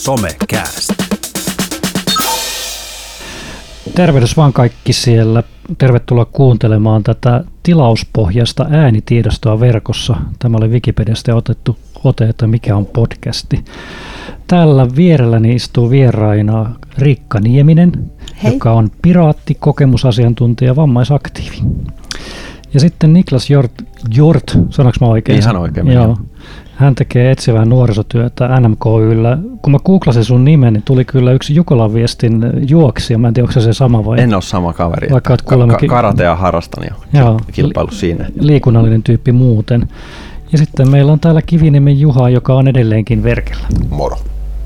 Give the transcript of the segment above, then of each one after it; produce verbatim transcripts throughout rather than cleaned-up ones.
Somecast. Tervehdys vaan kaikki siellä. Tervetuloa kuuntelemaan tätä tilauspohjaista äänitiedostoa verkossa. Tämä oli Wikipediasta otettu ote, että mikä on podcasti. Täällä vierelläni istuu vieraina Riikka Nieminen, Hei. joka on piraatti, kokemusasiantuntija, vammaisaktiivi. Ja sitten Niklas Hjort, Hjort sanoinko mä oikein? Ihan oikein. Joo. Hän tekee etsivää nuorisotyötä N M K Y:llä. Kun mä googlasin sun nimen, niin tuli kyllä yksi Jukolan viestin juoksija. Mä en tiedä, onko se se sama vai? En ole sama kaveri. Vaikka oot kuulemma Ka- karatea harrastan jo. Joo, kilpailu siinä. Liikunnallinen tyyppi muuten. Ja sitten meillä on täällä Kiviniemen Juha, joka on edelleenkin verkellä. Moro.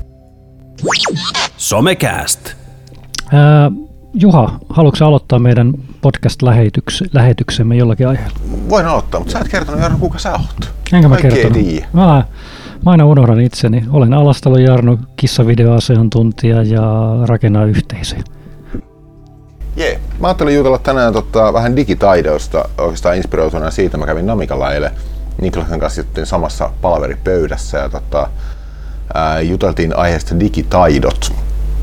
Somecast. Ää, Juha, haluatko aloittaa meidän podcast-lähetyksemme jollakin aiheella? Voin aloittaa, mutta sä et kertonut, Jarno, kuka sä oot. Enkä mä Kaikki kertonut. ei tiedä. Mä, mä aina unohdan itseni. Olen Alastalon Jarno, kissavideoasiantuntija ja rakennan yhteisöjä. Jee. Mä ajattelin jutella tänään tota, vähän digitaidoista, oikeastaan inspiroituna siitä. Mä kävin Namikalla eilen Niklasen kanssa juttelin samassa palaveripöydässä ja tota, ää, juteltiin aiheesta digitaidot.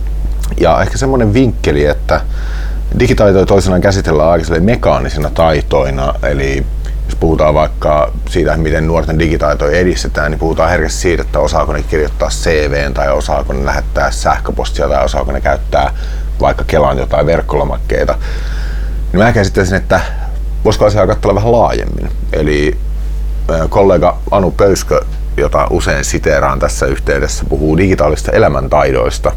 Ja ehkä semmoinen vinkkeli, että digitaitoja toisenaan käsitellään aika mekaanisina taitoina, eli jos puhutaan vaikka siitä, miten nuorten digitaitoja edistetään, niin puhutaan herkästi siitä, että osaako ne kirjoittaa C V:n tai osaako ne lähettää sähköpostia tai osaako ne käyttää vaikka Kelan jotain verkkolomakkeita. Niin mä käsittäisin, että voisiko asiaa katsella vähän laajemmin. Eli kollega Anu Pöyskö, jota usein siteeraan tässä yhteydessä, puhuu digitaalisista elämäntaidoista.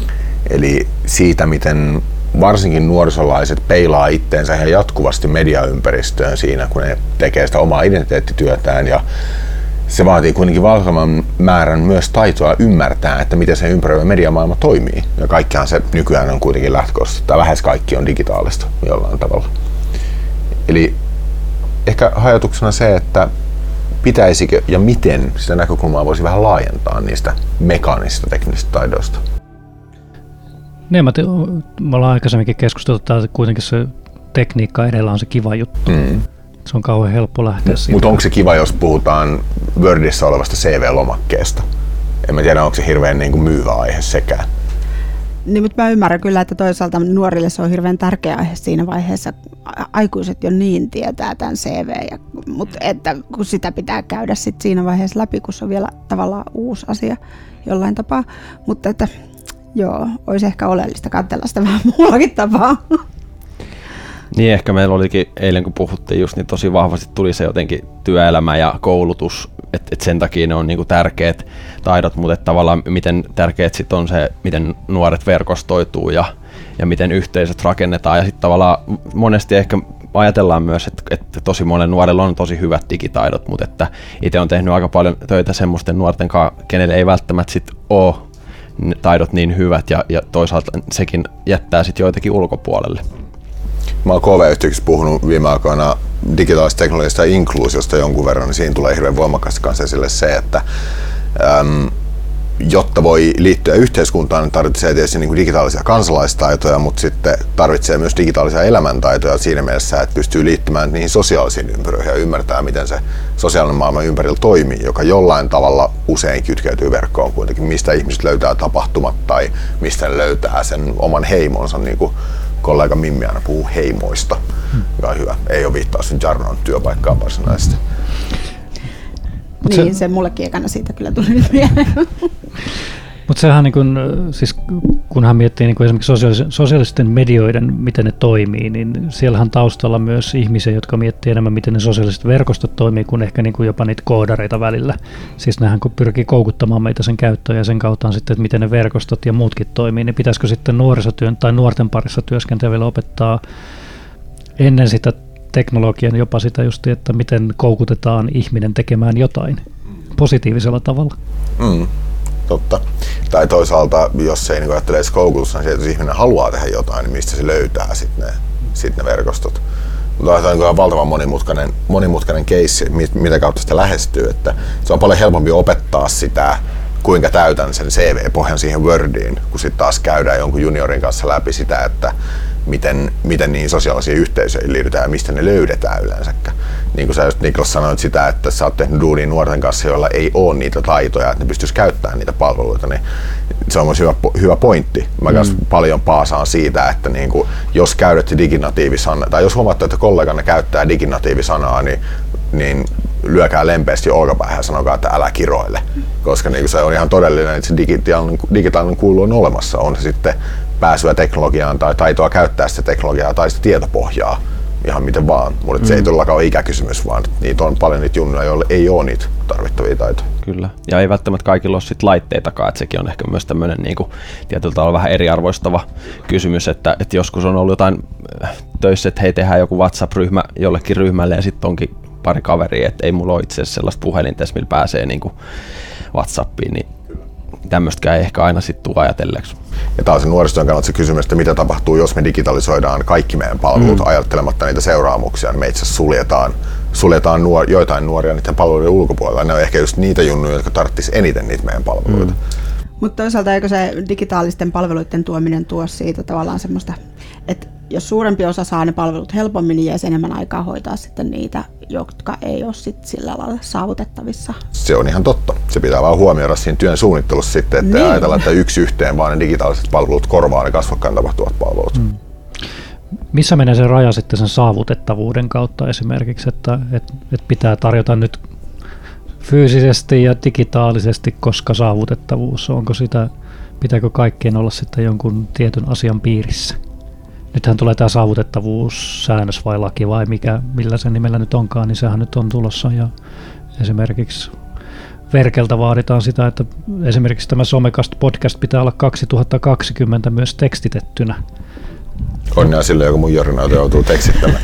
Eli siitä, miten varsinkin nuorisolaiset peilaa itteensä ihan jatkuvasti mediaympäristöön siinä, kun ne tekee sitä omaa identiteettityötään. Ja se vaatii kuitenkin valtavan määrän myös taitoa ymmärtää, että miten se ympäröivä mediamaailma toimii. Ja kaikkihan se nykyään on kuitenkin lähtökohtaisesti, tai lähes kaikki on digitaalista jollain tavalla. Eli ehkä ajatuksena se, että pitäisikö ja miten sitä näkökulmaa voisi vähän laajentaa niistä mekaanisista teknisistä taidoista. Niin, mä te, me ollaan aikaisemminkin keskusteltu, että kuitenkin se tekniikka edellä on se kiva juttu. Mm. Se on kauhean helppo lähteä siitä. Mutta onko se kiva, jos puhutaan Wordissä olevasta C V-lomakkeesta? En mä tiedä, onko se hirveän niin kuin myyvä aihe sekään. Niin, mutta mä ymmärrän kyllä, että toisaalta nuorille se on hirveän tärkeä aihe siinä vaiheessa. Aikuiset jo niin tietää tämän C V, ja, mutta että kun sitä pitää käydä sit siinä vaiheessa läpi, kun se on vielä tavallaan uusi asia jollain tapaa. Mutta että joo, olisi ehkä oleellista katsella sitä vähän muullakin tapaa. Niin, ehkä meillä olikin eilen, kun puhuttiin just, niin tosi vahvasti tuli se jotenkin työelämä ja koulutus, että et sen takia ne on niinku tärkeät taidot, mutta et tavallaan miten tärkeät sitten on se, miten nuoret verkostoituu ja, ja miten yhteisöt rakennetaan. Ja sitten tavallaan monesti ehkä ajatellaan myös, että, että tosi monen nuorella on tosi hyvät digitaidot, mutta että itse on tehnyt aika paljon töitä semmoisten nuorten kanssa, kenelle ei välttämättä sit ole taidot niin hyvät ja, ja toisaalta sekin jättää sitten joitakin ulkopuolelle. Mä oon K V-yhteyksissä puhunut viime aikoina digitaalisesta teknologisesta inkluusiosta jonkun verran, niin siinä tulee hirveän voimakkaasti kanssa esille se, että äm, jotta voi liittyä yhteiskuntaan, niin tarvitsee tietysti niin kuin digitaalisia kansalaistaitoja, mutta sitten tarvitsee myös digitaalisia elämäntaitoja siinä mielessä, että pystyy liittymään niihin sosiaalisiin ympyröihin ja ymmärtää, miten se sosiaalinen maailma ympärillä toimii, joka jollain tavalla usein kytkeytyy verkkoon kuitenkin, mistä ihmiset löytää tapahtumat tai mistä ne löytää sen oman heimonsa, niin kuin kollega Mimmi aina puhuu heimoista, hmm. joka on hyvä. Ei ole viittaus Jarnon työpaikkaan varsinaisesti. Niin, se, se mullekin ekana siitä kyllä tuli nyt mieleen. Mutta sehän, niin kun, siis kun hän miettii niin kun esimerkiksi sosiaalis- sosiaalisten medioiden, miten ne toimii, niin siellähän taustalla myös ihmisiä, jotka miettii enemmän, miten ne sosiaaliset verkostot toimii, kuin ehkä niin kun jopa niitä koodareita välillä. Siis nehän kun pyrkii koukuttamaan meitä sen käyttöön ja sen kautta on sitten, että miten ne verkostot ja muutkin toimii, niin pitäisikö sitten nuorisotyön tai nuorten parissa työskentelyllä opettaa ennen sitä teknologian jopa sitä just, että miten koukutetaan ihminen tekemään jotain positiivisella tavalla. Mm. Totta. Tai toisaalta, jos ei niin ajattele edes koukutusta, niin se, että jos ihminen haluaa tehdä jotain, niin mistä se löytää sitten ne, sit ne verkostot. Mutta tämä on valtavan monimutkainen, monimutkainen keissi, mitä kautta sitä lähestyy. Että se on paljon helpompi opettaa sitä, kuinka täytän sen C V-pohjan siihen Wordiin, kun sitten taas käydään jonkun juniorin kanssa läpi sitä, että miten, miten niihin sosiaalisiin yhteisöihin liitytään ja mistä ne löydetään yleensäkään. Niin kuin sä just Niklas sanoit sitä, että sä oot tehnyt duunia nuorten kanssa, joilla ei ole niitä taitoja, että ne pystyisi käyttämään niitä palveluita, niin se on myös hyvä, hyvä pointti. Mä mm. paljon paasaan siitä, että niin kuin, jos käytätte diginatiivisanaa, tai jos huomaatte, että kolleganne käyttää diginatiivisanaa, niin, niin lyökää lempeästi olkapäähän ja sanokaa, että älä kiroile. Koska niin kuin se on ihan todellinen, että se digitaalinen, digitaalinen kuulu on olemassa. On se sitten pääsyä teknologiaan tai taitoa käyttää sitä teknologiaa tai sitä tietopohjaa. Ihan miten vaan, mutta mm. se ei todellakaan ole ikäkysymys, vaan niitä on paljon niitä junnuja, joille ei ole niitä tarvittavia taitoja. Kyllä, ja ei välttämättä kaikilla ole sit laitteitakaan, että sekin on ehkä myös tämmöinen niin kuin, tietyllä tavalla vähän eriarvoistava kysymys, että, että joskus on ollut jotain töissä, että hei, tehdään joku WhatsApp-ryhmä jollekin ryhmälle ja sitten onkin pari kaveria, että ei mulla ole itse asiassa sellaista puhelinta, millä pääsee niin kuin WhatsAppiin, niin tämmöistäkään ei ehkä aina sitten tule ajatelleeksi. Ja taas se nuorisotyön kannalta se kysymys, että mitä tapahtuu, jos me digitalisoidaan kaikki meidän palvelut mm. ajattelematta niitä seuraamuksia, niin me itse asiassa suljetaan, suljetaan nuor, joitain nuoria niiden palveluiden ulkopuolella. Ne on ehkä just niitä junnuja, jotka tarvitsisi eniten niitä meidän palveluita. Mm. Mutta toisaalta eikö se digitaalisten palveluiden tuominen tuo siitä tavallaan semmoista, että jos suurempi osa saa ne palvelut helpommin, niin jäisi enemmän aikaa hoitaa sitten niitä, jotka ei ole sit sillä lailla saavutettavissa. Se on ihan totta. Se pitää vaan huomioida siinä työn suunnittelussa sitten, että niin. ajatella, että yksi yhteen vaan ne digitaaliset palvelut korvaa ne kasvokkain tapahtuvat palvelut. Hmm. Missä menee se raja sitten sen saavutettavuuden kautta esimerkiksi, että, että, että pitää tarjota nyt fyysisesti ja digitaalisesti, koska saavutettavuus, onko sitä, pitääkö kaikkien olla sitten jonkun tietyn asian piirissä? Nythän tulee tämä saavutettavuussäännös vai laki vai mikä, millä sen nimellä nyt onkaan, niin sehän nyt on tulossa ja esimerkiksi Verkeltä vaaditaan sitä, että esimerkiksi tämä Somecast podcast pitää olla kaksituhattakaksikymmentä myös tekstitettynä. Onnea sille, joka mun jorinaita joutuu tekstittämään.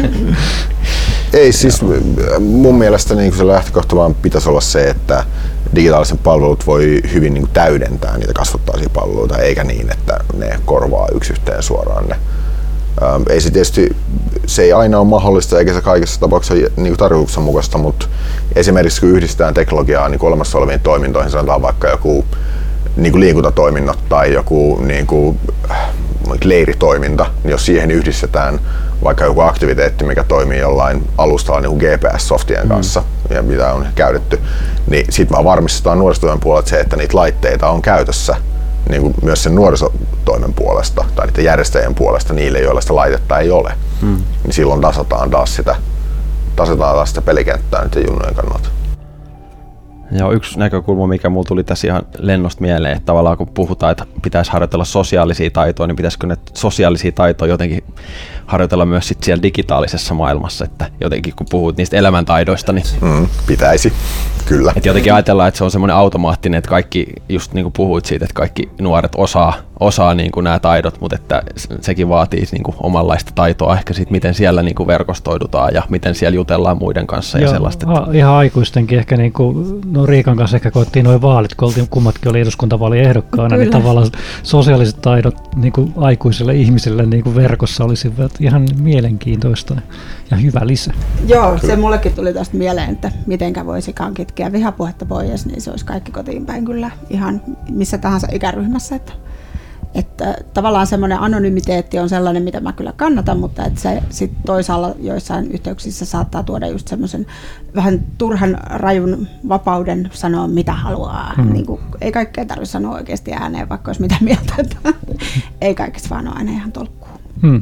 Ei siis mun mielestä niin se lähtökohta vaan pitäisi olla se, että digitaaliset palvelut voi hyvin niin kuin täydentää niitä kasvattaisia palveluita, eikä niin, että ne korvaa yksi yhteen suoraan ne. Ähm, ei se tietysti, se ei aina ole mahdollista, eikä se kaikissa tapauksissa niin kuin tarkoituksenmukaista, mutta esimerkiksi kun yhdistetään teknologiaa niin kuin olemassa oleviin toimintoihin, sanotaan vaikka joku niin kuin liikuntatoiminnot tai joku niin kuin leiritoiminta, niin jos siihen yhdistetään vaikka joku aktiviteetti, mikä toimii jollain alustalla niin kuin G P S-softien kanssa mm. ja mitä on käytetty, niin sitten vaan varmistetaan nuorisotoimen puolelta se, että niitä laitteita on käytössä niin kuin myös sen nuorisotoimen puolesta tai niiden järjestäjien puolesta niille, joilla sitä laitetta ei ole. Mm. Niin silloin tasataan taas sitä, tasataan taas sitä pelikenttää niiden junnojen kannalta. Joo, yksi näkökulma, mikä mulla tuli tässä ihan lennosta mieleen, että tavallaan kun puhutaan, että pitäisi harjoitella sosiaalisia taitoja, niin pitäisikö ne sosiaalisia taitoja jotenkin harjoitella myös sit siellä digitaalisessa maailmassa, että jotenkin kun puhut niistä elämäntaidoista, niin mm, pitäisi, kyllä. Että jotenkin ajatellaan, että se on semmoinen automaattinen, että kaikki, just niin kuin puhuit siitä, että kaikki nuoret osaa, osaa niin kuin nämä taidot, mutta että sekin vaatii niin kuin omanlaista taitoa ehkä siitä, miten siellä niin kuin verkostoidutaan ja miten siellä jutellaan muiden kanssa. Joo, ja sellaista. Että ihan aikuistenkin ehkä, niin kuin, no Riikan kanssa ehkä koettiin nuo vaalit, kun oltiin, kummatkin oli eduskuntavaaliehdokkaana, niin tavallaan sosiaaliset taidot niin kuin aikuisille ihmisille niin kuin verkossa olisivat ihan mielenkiintoista ja hyvä lisä. Joo, se mullekin tuli tästä mieleen, että mitenkä voisikaan kitkeä vihapuhetta pois, niin se olisi kaikki kotiin päin kyllä ihan missä tahansa ikäryhmässä. Että, että tavallaan semmoinen anonymiteetti on sellainen, mitä mä kyllä kannatan, mutta että se sitten toisaalla joissain yhteyksissä saattaa tuoda just semmoisen vähän turhan rajun vapauden sanoa mitä haluaa. Hmm. Niin kuin, ei kaikkea tarvitse sanoa oikeasti ääneen, vaikka olisi mitä mieltä, että ei kaikesta vaan ole aina ihan tolkkua. Hmm.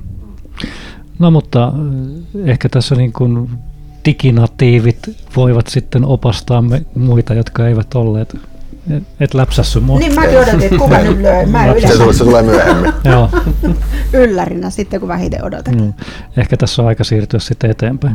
No mutta ehkä tässä niin kuin diginatiivit voivat sitten opastaa me, muita, jotka eivät olleet, et, et läpsässy mua. Niin mäkin odotin, että kuka nyt löi. Mä se, tulee, se tulee myöhemmin. Joo. Yllärinä sitten, kun vähiten odotan. Mm. Ehkä tässä on aika siirtyä sitten eteenpäin.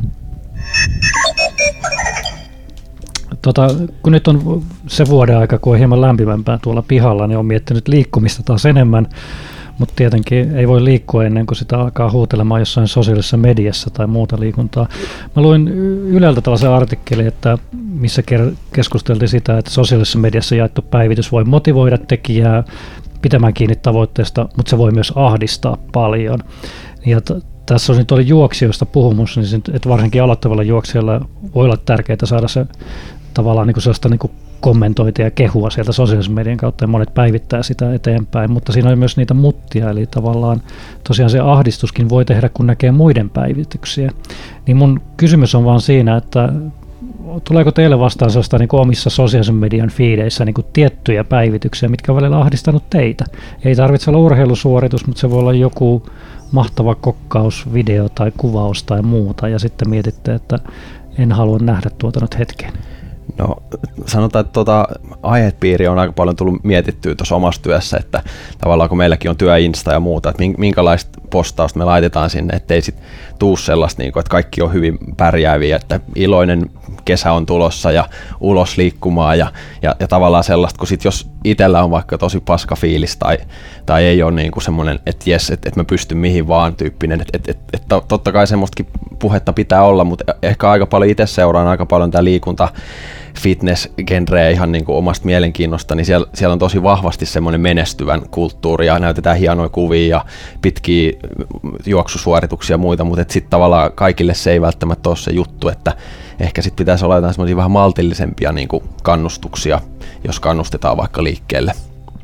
Tota, kun nyt on se vuoden aika, kun on hieman lämpimämpää tuolla pihalla, niin on miettinyt liikkumista taas enemmän. Mutta tietenkin ei voi liikkua ennen kuin sitä alkaa huutelemaan jossain sosiaalisessa mediassa tai muuta liikuntaa. Mä luin Yleltä tällaisen artikkelin, että missä keskusteltiin sitä, että sosiaalisessa mediassa jaettu päivitys voi motivoida tekijää pitämään kiinni tavoitteesta, mutta se voi myös ahdistaa paljon. Ja t- tässä on nyt oli juoksijoista puhumus, niin että varsinkin aloittavalla juoksijalla voi olla tärkeää saada se tavallaan niin kuin sellaista niin kuin kommentointia ja kehua sieltä sosiaalisen median kautta, ja monet päivittää sitä eteenpäin, mutta siinä on myös niitä muttia, eli tavallaan tosiaan se ahdistuskin voi tehdä, kun näkee muiden päivityksiä. Niin mun kysymys on vaan siinä, että tuleeko teille vastaan sellaista niin kuin omissa sosiaalisen median fiideissä niin kuin tiettyjä päivityksiä, mitkä on välillä ahdistanut teitä? Ei tarvitse olla urheilusuoritus, mutta se voi olla joku mahtava kokkausvideo tai kuvaus tai muuta, ja sitten mietitte, että en halua nähdä tuota nyt hetkeen. No sanotaan, että tuota, aihepiiri on aika paljon tullut mietittyä tuossa omassa työssä, että tavallaan kun meilläkin on työinsta ja muuta, että minkälaista postausta me laitetaan sinne, ettei sit tuu sellaista, että kaikki on hyvin pärjääviä, että iloinen kesä on tulossa ja ulos liikkumaan ja, ja, ja tavallaan sellaista, kun sit jos itsellä on vaikka tosi paska fiilis tai, tai ei ole niinku semmoinen, että jes, että et mä pystyn mihin vaan tyyppinen, että et, et, et totta kai semmoistakin puhetta pitää olla, mutta ehkä aika paljon itse seuraan aika paljon tää liikunta fitness-genreä ihan niin kuin omasta mielenkiinnosta, niin siellä, siellä on tosi vahvasti semmoinen menestyvän kulttuuri ja näytetään hienoja kuvia ja pitkiä juoksusuorituksia ja muita, mutta sitten tavallaan kaikille se ei välttämättä ole se juttu, että ehkä sitten pitäisi olla jotain semmoisia vähän maltillisempia niin kuin kannustuksia, jos kannustetaan vaikka liikkeelle.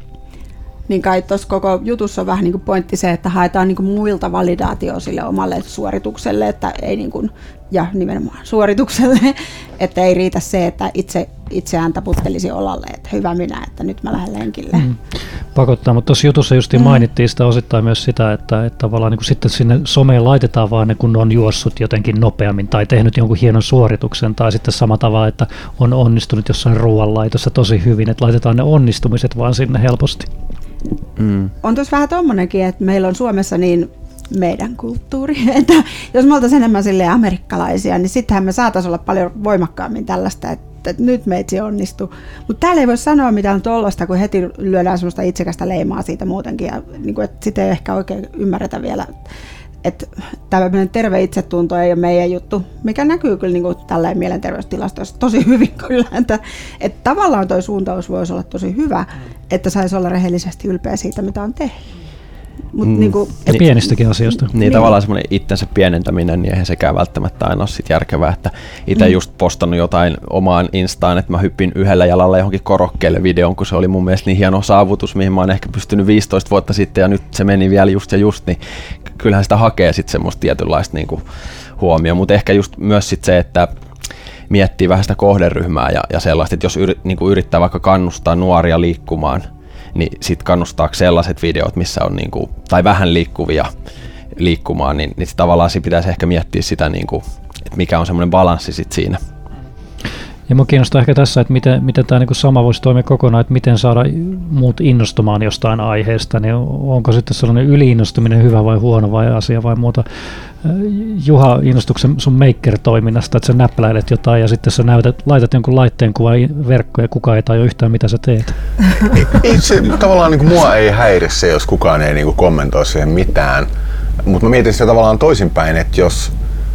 Niin kai tuossa koko jutussa on vähän niin kuin pointti se, että haetaan niin kuin muilta validaatio sille omalle suoritukselle, että ei niin kuin, ja nimenomaan suoritukselle, että ei riitä se, että itse itseään taputtelisi olalle, että hyvä minä, että nyt mä lähden lenkille. Mm. Pakottaa, mutta tuossa jutussa justiin mm. mainittiin sitä osittain myös sitä, että, että tavallaan niin kuin sitten sinne someen laitetaan vaan ne, kun on juossut jotenkin nopeammin tai tehnyt jonkun hienon suorituksen, tai sitten sama tavalla, että on onnistunut jossain ruoanlaitossa tosi hyvin, että laitetaan ne onnistumiset vaan sinne helposti. Mm. On tuossa vähän tommonenkin, että meillä on Suomessa niin meidän kulttuuri, että jos me oltaisiin enemmän silleen amerikkalaisia, niin sittenhän me saataisiin olla paljon voimakkaammin tällaista, että nyt meitsi onnistuu. Mutta täällä ei voi sanoa mitään tuollaista, kun heti lyödään semmoista itsekästä leimaa siitä muutenkin, ja niin kuin, että sitä ei ehkä oikein ymmärretä vielä, että tämmöinen terve itsetunto ei ole meidän juttu, mikä näkyy kyllä niin kuin tälleen mielenterveystilastoissa tosi hyvin kyllä, että, että tavallaan toi suuntaus voisi olla tosi hyvä, että saisi olla rehellisesti ylpeä siitä, mitä on tehnyt. Mut mm. niinku, ja pienistäkin asioista. Niin, niin tavallaan semmoinen itsensä pienentäminen, niin eihän sekään välttämättä aina ole sit järkevää, että itse mm. just postannut jotain omaan instaan, että mä hyppin yhdellä jalalla johonkin korokkeelle videon, kun se oli mun mielestä niin hieno saavutus, mihin mä oon ehkä pystynyt viisitoista vuotta sitten ja nyt se meni vielä just ja just, niin kyllähän sitä hakee sitten semmoista tietynlaista niinku huomioon, mutta ehkä just myös sit se, että miettii vähän sitä kohderyhmää ja, ja sellaista, että jos yrit, niinku yrittää vaikka kannustaa nuoria liikkumaan, niin sitten kannustaako sellaiset videot, missä on niinku, tai vähän liikkuvia liikkumaan, niin, niin tavallaan pitäisi ehkä miettiä sitä, niinku, että mikä on semmoinen balanssi sit siinä. Ja minua kiinnostaa ehkä tässä, että miten, miten tämä niinku sama voisi toimia kokonaan, että miten saada muut innostumaan jostain aiheesta, niin onko sitten sellainen yliinnostuminen hyvä vai huono vai asia vai muuta. Juha, innostuksen sun maker-toiminnasta, että sä näppäilet jotain ja sitten sä näytät, laitat jonkun laitteen kuvan verkkoon ja kukaan ei tajua yhtään, mitä sä teet. Ei, se, tavallaan niin kuin mua ei häiri se, jos kukaan ei niin kuin kommentoi siihen mitään, mutta mä mietin sitä tavallaan toisinpäin, että jos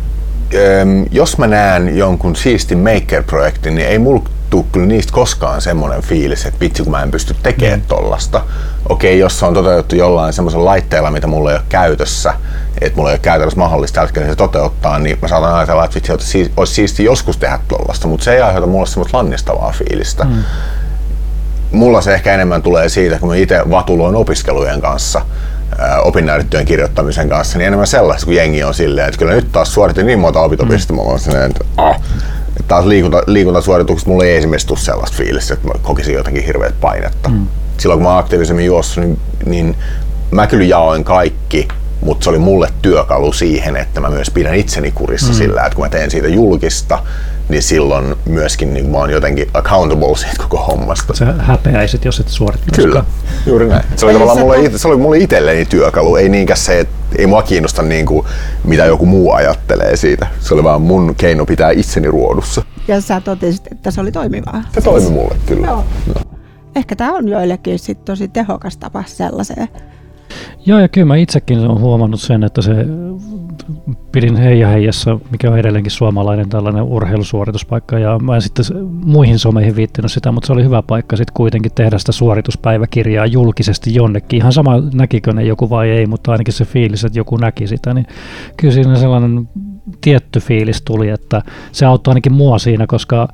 Jos mä näen jonkun siistin maker-projektin, niin ei mulla tule kyllä niistä koskaan semmoinen fiilis, että vitsi kun mä en pysty tekemään mm. tollasta. Okei, jos se on toteutettu jollain semmoisella laitteella, mitä mulla ei ole käytössä, että mulla ei ole käytännössä mahdollista tällä hetkellä se toteuttaa, niin mä saatan ajatella, että vitsi olisi siisti joskus tehdä tollasta, mutta se ei aiheuta mulle semmoista lannistavaa fiilistä. Mm. Mulla se ehkä enemmän tulee siitä, kun mä itse vatuloin opiskelujen kanssa, opinnäytetyön kirjoittamisen kanssa, niin enemmän sellaista, kun jengi on silleen, että kyllä nyt taas suoritin niin monta opintopistettä, mm. mulla on sellainen, että, ah, että taas liikunta, liikuntasuorituksesta mulla ei esimerkiksi tule sellaista fiilistä, että mä kokisin jotenkin hirveät painetta. Mm. Silloin kun mä aktiivisemmin juossut, niin, niin mä kyllä jaoin kaikki, mutta se oli mulle työkalu siihen, että mä myös pidän itseni kurissa mm. sillä, että kun mä teen siitä julkista, niin silloin myöskin niin mä oon jotenkin accountable siitä koko hommasta. Sä häpeäisit, jos et suorittaisikaan. Kyllä, juuri näin. Se oli tavallaan mulle, ite, se oli mulle itselleni työkalu, ei niinkään se, että ei mua kiinnosta niin kuin, mitä joku muu ajattelee siitä. Se oli vaan mun keino pitää itseni ruodussa. Ja sä totesit, että se oli toimivaa. Se toimi mulle, kyllä. Joo. No. Ehkä tää on joillekin sit tosi tehokas tapa sellaiseen. Joo, ja kyllä mä itsekin olen huomannut sen, että se pidin Heija Heijassa, mikä on edelleenkin suomalainen tällainen urheilusuorituspaikka, ja mä en sitten muihin someihin viittinyt sitä, mutta se oli hyvä paikka sitten kuitenkin tehdä sitä suorituspäiväkirjaa julkisesti jonnekin. Ihan sama näkikö ne joku vai ei, mutta ainakin se fiilis, että joku näki sitä, niin kyllä siinä sellainen tietty fiilis tuli, että se auttoi ainakin mua siinä, koska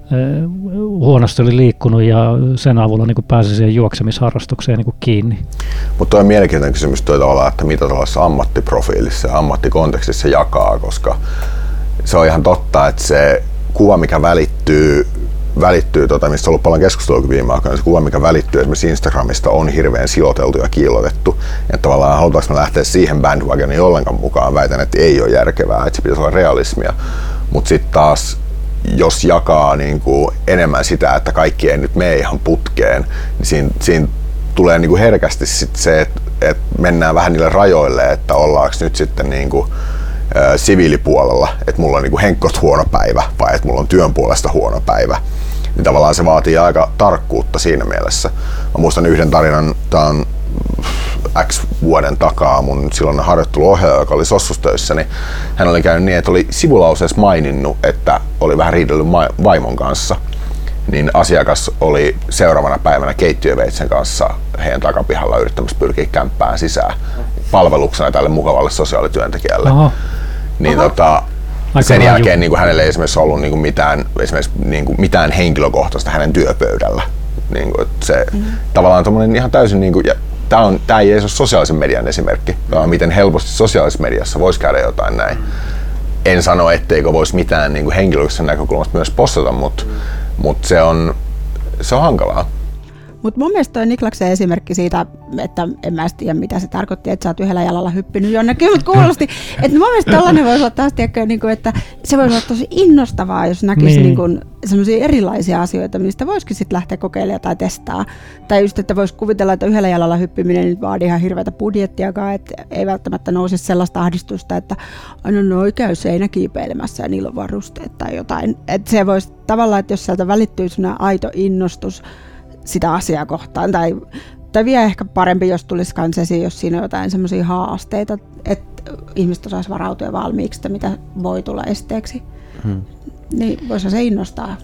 huonosti oli liikkunut ja sen avulla niin pääsi siihen juoksemisharrastukseen niin kiinni. Mutta tuo on mielenkiintoinen kysymys toi tavallaan, että mitä tällaisessa ammattiprofiilissa ja ammattikontekstissa jakaa, koska se on ihan totta, että se kuva, mikä välittyy, välittyy tota, mistä on ollut paljon keskustelua viime aikoina, se kuva, mikä välittyy esimerkiksi Instagramista, on hirveän siloteltu ja kiillotettu. Ja tavallaan halutaanko me lähteä siihen bandwagoniin ollenkaan mukaan, väitän, että ei ole järkevää, että se pitäisi olla realismia. Mutta sitten taas, jos jakaa niin kuin enemmän sitä, että kaikki ei nyt mene ihan putkeen, niin siinä, siinä tulee niin kuin herkästi sit se, että, että mennään vähän niille rajoille, että ollaanko nyt sitten niin kuin siviilipuolella, että mulla on niinku henkkoht huono päivä vai että mulla on työn puolesta huono päivä. Niin tavallaan se vaatii aika tarkkuutta siinä mielessä. Mä muistan yhden tarinan, tää on X vuoden takaa mun silloin harjoitteluohjaaja, joka oli Sossustöissä, niin hän oli käynyt niin, että oli sivulauseessa maininnut, että oli vähän riidellyt vaimon kanssa. Niin asiakas oli seuraavana päivänä keittiöveitsen kanssa heidän takapihalla yrittämässä pyrkiä kämppään sisään palveluksena tälle mukavalle sosiaalityöntekijälle. Oho. Niin Oho. Tota, sen jälkeen niin kuin hänellä ei esimerkiksi ollut niin kuin mitään, esimerkiksi niin kuin mitään henkilökohtaista hänen työpöydällä. Niin kuin, se mm. tavallaan tommoinen ihan täysin niin kuin, ja tää on tää ei edes ole sosiaalisen median esimerkki, vaan miten helposti sosiaalisessa mediassa voisi käydä jotain näin. En sano, etteikö voisi mitään niin kuin henkilökohtaisen näkökulmasta myös postata, mutta mm. mut se on se on hankalaa. Mutta mun mielestä toi Niklaksen esimerkki siitä, että en mä tiedä mitä se tarkoitti, että sä oot yhdellä jalalla hyppinyt jonnekin, mutta kuulosti, että mun mielestä tällainen voisi olla taas, tiedäkö, niin kuin, että se voisi olla tosi innostavaa, jos näkisi niin. niin semmoisia erilaisia asioita, mistä voisikin sitten lähteä kokeilemaan tai testaa. Tai just, että voisi kuvitella, että yhdellä jalalla hyppiminen nyt vaadi ihan hirveätä budjettiakaan, että ei välttämättä nousisi sellaista ahdistusta, että aina noi käy seinäkiipeilemässä ja niillä on varusteet tai jotain. Että se voisi tavallaan, että jos sieltä välittyy semmoinen aito innostus sitä asiaa kohtaan, tai, tai vielä ehkä parempi, jos tulisi kans esiin, jos siinä on jotain semmoisia haasteita, että ihmiset osaisi varautua valmiiksi, että mitä voi tulla esteeksi, hmm. niin voisi se innostaa.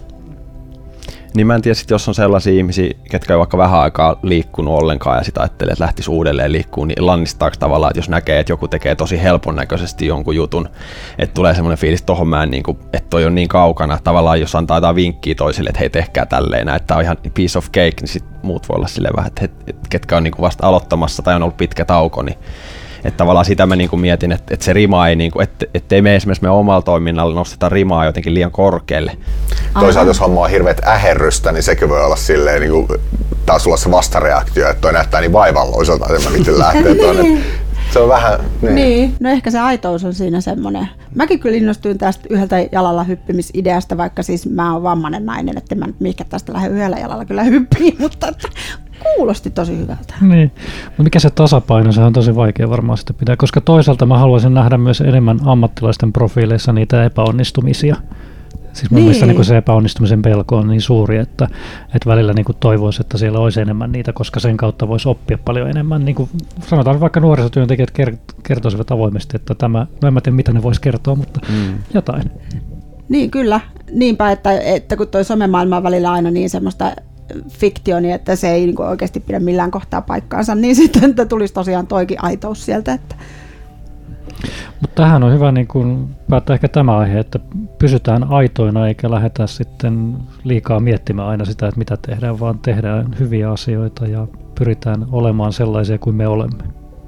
Niin mä en tiedä, sit, jos on sellaisia ihmisiä, ketkä ei vaikka vähän aikaa liikkunut ollenkaan ja sitä ajattelee, että lähtisi uudelleen liikkuun, niin lannistaako tavallaan, että jos näkee, että joku tekee tosi helpon näköisesti jonkun jutun, että tulee semmoinen fiilis, että tohon mä en, niin kuin, että toi on niin kaukana, tavallaan jos antaa jotain vinkkiä toisille, että hei tehkää tälleen, että tää on ihan piece of cake, niin sit muut voi olla silleen vähän, että, että ketkä on niin kuin vasta aloittamassa tai on ollut pitkä tauko, niin että tavallaan sitä mä niinku mietin, että, että se rima ei, niinku, että, ettei me esimerkiksi meidän omalla toiminnalla nosteta rimaa jotenkin liian korkealle. Toisaalta jos homma on hirveät äherrystä, niin sekin voi olla silleen, niinku, taas sulla se vastareaktio, että toi näyttää niin vaivalloiselta, että mä miten lähtee tuonne. Se on vähän, niin. niin. No ehkä se aitous on siinä semmoinen. Mäkin kyllä innostuin tästä yhdeltä jalalla hyppimisideasta, vaikka siis mä oon vammainen nainen, että mä nyt mihinkä tästä lähde yhdellä jalalla kyllä hyppiin, mutta kuulosti tosi hyvältä. Niin, mutta mikä se tasapaino, se on tosi vaikea varmaan sitä pitää, koska toisaalta mä haluaisin nähdä myös enemmän ammattilaisten profiileissa niitä epäonnistumisia. Siis mun niin. mielestä niin se epäonnistumisen pelko on niin suuri, että, että välillä niin toivoisi, että siellä olisi enemmän niitä, koska sen kautta voisi oppia paljon enemmän. Niin kuin sanotaan vaikka nuorisotyöntekijät kertoisivat avoimesti, että tämä, no en mä tiedä mitä ne voisi kertoa, mutta mm. jotain. Niin kyllä, niinpä, että, että kun toi somemaailma on välillä aina niin semmoista fiktioni, että se ei niin kuin oikeasti pidä millään kohtaa paikkaansa, niin sitten tulisi tosiaan toikin aitous sieltä. Että mutta tähän on hyvä niin kun päättää ehkä tämä aihe, että pysytään aitoina eikä lähdetä sitten liikaa miettimään aina sitä, että mitä tehdään, vaan tehdään hyviä asioita ja pyritään olemaan sellaisia kuin me olemme.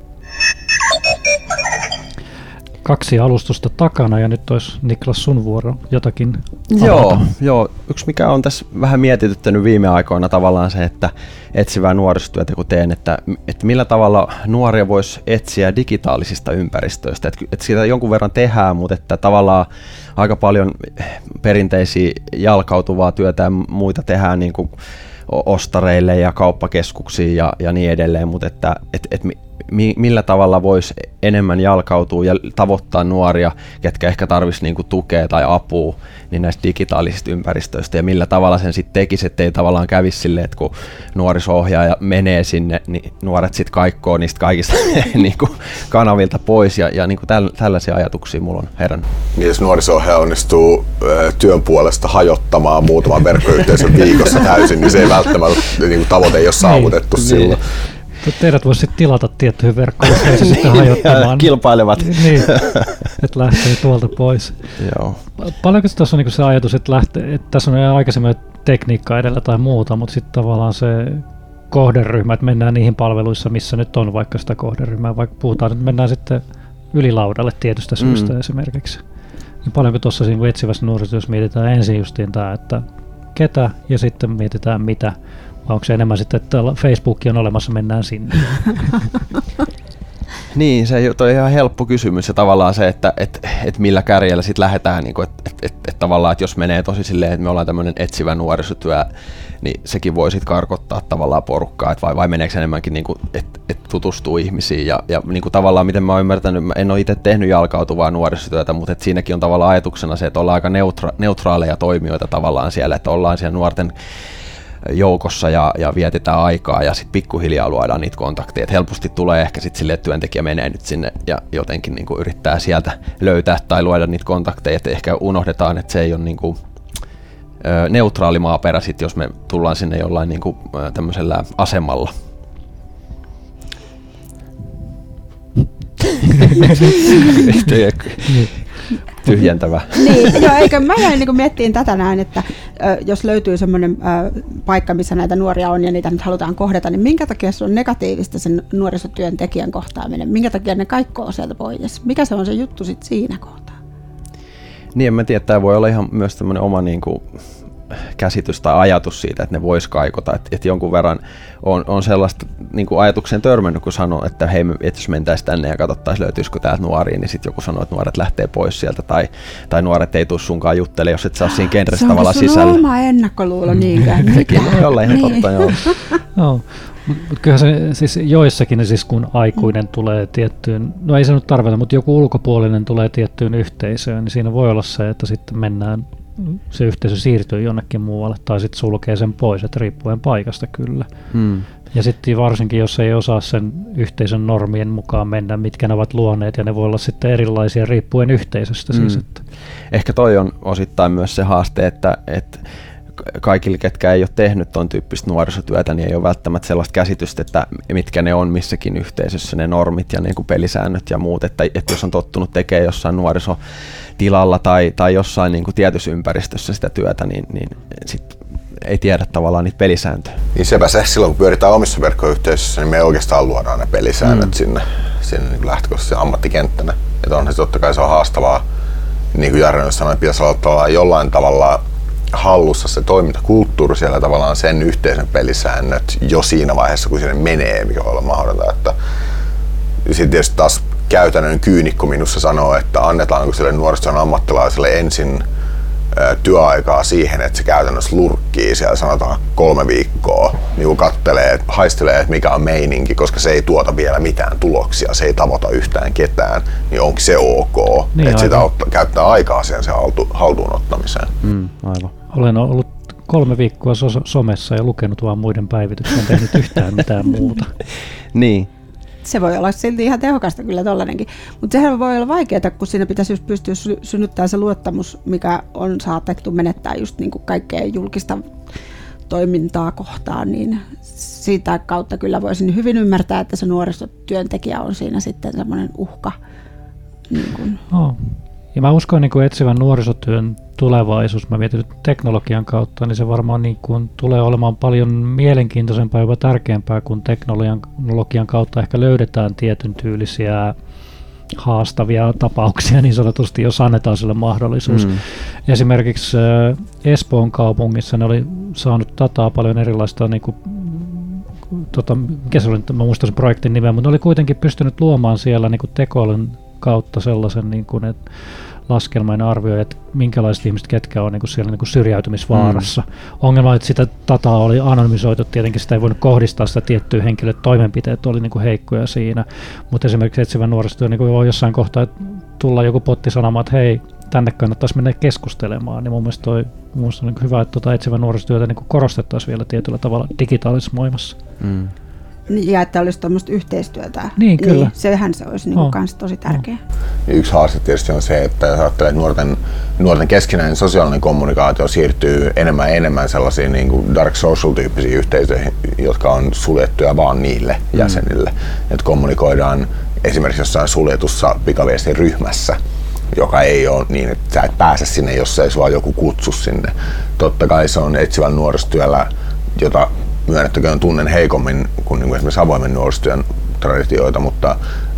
Kaksi alustusta takana ja nyt olisi Niklas sun vuoro jotakin Joo, joo, yksi mikä on tässä vähän mietityttänyt viime aikoina tavallaan se, että etsivää nuorisotyötä kun teen, että, että millä tavalla nuoria voisi etsiä digitaalisista ympäristöistä. Että, että sitä jonkun verran tehdään, mutta että tavallaan aika paljon perinteisiä jalkautuvaa työtä ja muita tehdään niin kuin ostareille ja kauppakeskuksiin ja, ja niin edelleen, mutta että et, et, mi, millä tavalla voisi enemmän jalkautua ja tavoittaa nuoria, ketkä ehkä tarvitsisi niinku tukea tai apua niin näistä digitaalisista ympäristöistä ja millä tavalla sen sitten tekisi, ettei tavallaan kävisi silleen, että kun nuoriso-ohjaaja menee sinne, niin nuoret sitten kaikkoo niistä kaikista niinku kanavilta pois ja, ja niinku täl, tällaisia ajatuksia mulla on herännyt. Niin jos nuoriso-ohjaaja onnistuu ö, työn puolesta hajottamaan muutaman verkkoyhteisön viikossa täysin, niin se ei välttämättä niinku, tavoite ei ole saavutettu niin, silloin. Teidät voisi tilata tiettyihin verkkoihin ja sitten hajottamaan. Kilpailevat. Niin. että lähtee tuolta pois. Joo. Paljonko tuossa on niin se ajatus, että, lähtee, että tässä on aikaisemmin tekniikka edellä tai muuta, mutta sitten tavallaan se kohderyhmä, että mennään niihin palveluissa, missä nyt on vaikka sitä kohderyhmää, vaikka puhutaan, että mennään sitten ylilaudalle tietystä syystä mm. esimerkiksi. Niin paljonko tuossa siinä etsivässä nuorisotyössä mietitään ensin justiin tämä, että ketä ja sitten mietitään mitä, vai onko se enemmän sitten, että Facebook on olemassa, mennään sinne? Niin, se on ihan helppo kysymys ja tavallaan se, että et, et millä kärjellä sitten lähdetään, niin että et, et, et tavallaan, että jos menee tosi silleen, että me ollaan tämmöinen etsivä nuorisotyö, niin sekin voi sitten karkottaa tavallaan porukkaa, että vai, vai meneekö se enemmänkin, niin että et tutustuu ihmisiin ja, ja niin kuin tavallaan, miten mä oon ymmärtänyt, mä en ole itse tehnyt jalkautuvaa nuorisotyötä, mutta et siinäkin on tavallaan ajatuksena se, että ollaan aika neutra- neutraaleja toimijoita tavallaan siellä, että ollaan siellä nuorten joukossa ja, ja vietetään aikaa ja sitten pikkuhiljaa luodaan niitä kontakteja. Et helposti tulee ehkä sitten silleen, että työntekijä menee nyt sinne ja jotenkin niinku yrittää sieltä löytää tai luoda niitä kontakteja. Et ehkä unohdetaan, että se ei ole niinku, ö, neutraali maaperä, sit, jos me tullaan sinne jollain niinku, tämmöisellä asemalla. Tyhjentävä. Niin, joo, eikö mä jäin niin miettiin tätä näin, että ö, jos löytyy semmoinen ö, paikka, missä näitä nuoria on ja niitä nyt halutaan kohdata, niin minkä takia se on negatiivista sen nuorisotyöntekijän kohtaaminen? Minkä takia ne kaikkoo sieltä pois? Mikä se on se juttu sit siinä kohtaa? Niin, en mä tiedä, tämä voi olla ihan myös tämmöinen oma niin kuin käsitys tai ajatus siitä, että ne vois kaikota. Että et jonkun verran on, on sellaista niin kuin ajatukseen törmännyt, kun sanoo, että hei, et jos mentäisiin tänne ja katsottaisiin, löytyisikö täältä nuoria, niin sitten joku sanoo, että nuoret lähtee pois sielta, tai, tai nuoret ei tule sunkaan juttele, jos et saa siinä genressä tavallaan sisällä. Se on oma ennakkoluulo niinkään. Sekin voi olla ihan totta, joo. No, mutta kyllähän se siis joissakin, siis kun aikuinen tulee tiettyyn, no ei se nyt tarvita, mutta joku ulkopuolinen tulee tiettyyn yhteisöön, niin siinä voi olla se, että sitten mennään, se yhteisö siirtyy jonnekin muualle tai sitten sulkee sen pois, että riippuen paikasta kyllä. Hmm. Ja sitten varsinkin, jos ei osaa sen yhteisön normien mukaan mennä, mitkä ne ovat luoneet, ja ne voi olla sitten erilaisia riippuen yhteisöstä. Hmm. Siis, että. Ehkä toi on osittain myös se haaste, että, että kaikille, ketkä ei ole tehnyt ton tyyppistä nuorisotyötä, niin ei ole välttämättä sellaista käsitystä, että mitkä ne on missäkin yhteisössä, ne normit ja niin kuin pelisäännöt ja muut, että, että jos on tottunut tekemään jossain nuorisotilalla tai, tai jossain niin kuin tietyssä ympäristössä sitä työtä, niin, niin sit ei tiedä tavallaan niitä pelisääntöjä. Niin sepä se, silloin kun pyöritään omissa verkkoyhteisöissä, niin me oikeastaan luodaan ne pelisäännöt mm. sinne, sinne niin lähtökohtaisesti ammattikenttänä. Että onhan se totta kai se on haastavaa, niin kuin Jarno sanoi, pitäisi olla jollain tavalla hallussa se toimintakulttuuri, siellä tavallaan sen yhteisön pelisäännöt jo siinä vaiheessa, kun sinne menee, mikä voi olla mahdollista. Että sitten tietysti taas käytännön kyynikko minussa sanoo, että annetaanko sille nuorisotyön ammattilaiselle ensin ä, työaikaa siihen, että se käytännössä lurkkii siellä sanotaan kolme viikkoa, niin kun kattelee, haistelee, että mikä on meininki, koska se ei tuota vielä mitään tuloksia, se ei tavoita yhtään ketään, niin onko se ok, niin että sitä otta, käyttää aikaa sen, sen haltu, haltuun ottamiseen. Mm, aivan. Olen ollut kolme viikkoa so- somessa ja lukenut vaan muiden päivityksiä, en tehnyt yhtään mitään muuta. Niin. Se voi olla silti ihan tehokasta kyllä tollanenkin, mutta sehän voi olla vaikeaa, kun siinä pitäisi just pystyä sy- synnyttämään se luottamus, mikä on saatettu menettää just niin kuin kaikkea julkista toimintaa kohtaan, niin sitä kautta kyllä voisin hyvin ymmärtää, että se nuorisotyöntekijä on siinä sitten semmoinen uhka. Niin kuin. Oh. Ja mä uskon niin kuin etsivän nuorisotyön tulevaisuus, mä mietin teknologian kautta, niin se varmaan niin kuin tulee olemaan paljon mielenkiintoisempaa ja tärkeämpää, kun teknologian kautta ehkä löydetään tietyn tyylisiä haastavia tapauksia niin sanotusti, jos annetaan sille mahdollisuus. Mm. Esimerkiksi Espoon kaupungissa ne oli saanut dataa paljon erilaista, niin kuin, tota, mikä se oli, mä muistan sen projektin nimen, mutta ne oli kuitenkin pystynyt luomaan siellä niin kuin tekoälyn kautta sellaisen niin kuin, että laskelman arvioi, että minkälaiset ihmiset, ketkä on niin kuin siellä niin kuin syrjäytymisvaarassa. Mm. Ongelma on, että sitä dataa oli anonymisoitu, tietenkin sitä ei voinut kohdistaa sitä tiettyä henkilöä, toimenpiteet oli niin kuin heikkoja siinä, mutta esimerkiksi etsivän nuorisotyö niin voi jossain kohtaa tulla joku potti sanomaan, että hei, tänne kannattaisi mennä keskustelemaan, niin mun mielestä, toi, mun mielestä on niin hyvä, että tuota etsivän nuorisotyötä niin korostettaisiin vielä tietyllä tavalla digitaalisessa maailmassa. Mm. Ja että olisi tuommoista yhteistyötä. Niin, kyllä. Niin, sehän se olisi niin kans tosi tärkeä. Yksi haaste tietysti on se, että jos ajattelee, että nuorten, nuorten keskinäinen sosiaalinen kommunikaatio siirtyy enemmän ja enemmän sellaisiin niin kuin dark social-tyyppisiin yhteisöihin, jotka on suljettuja vaan niille mm. jäsenille. Että kommunikoidaan esimerkiksi jossain suljetussa pikaviestin ryhmässä, joka ei ole niin, että sä et pääse sinne, jos ei sua joku kutsu sinne. Totta kai se on etsivän nuorisotyöllä, jota myönnettäköön tunnen heikommin kuin, niin kuin esimerkiksi avoimen nuorisotyön traditioita, mutta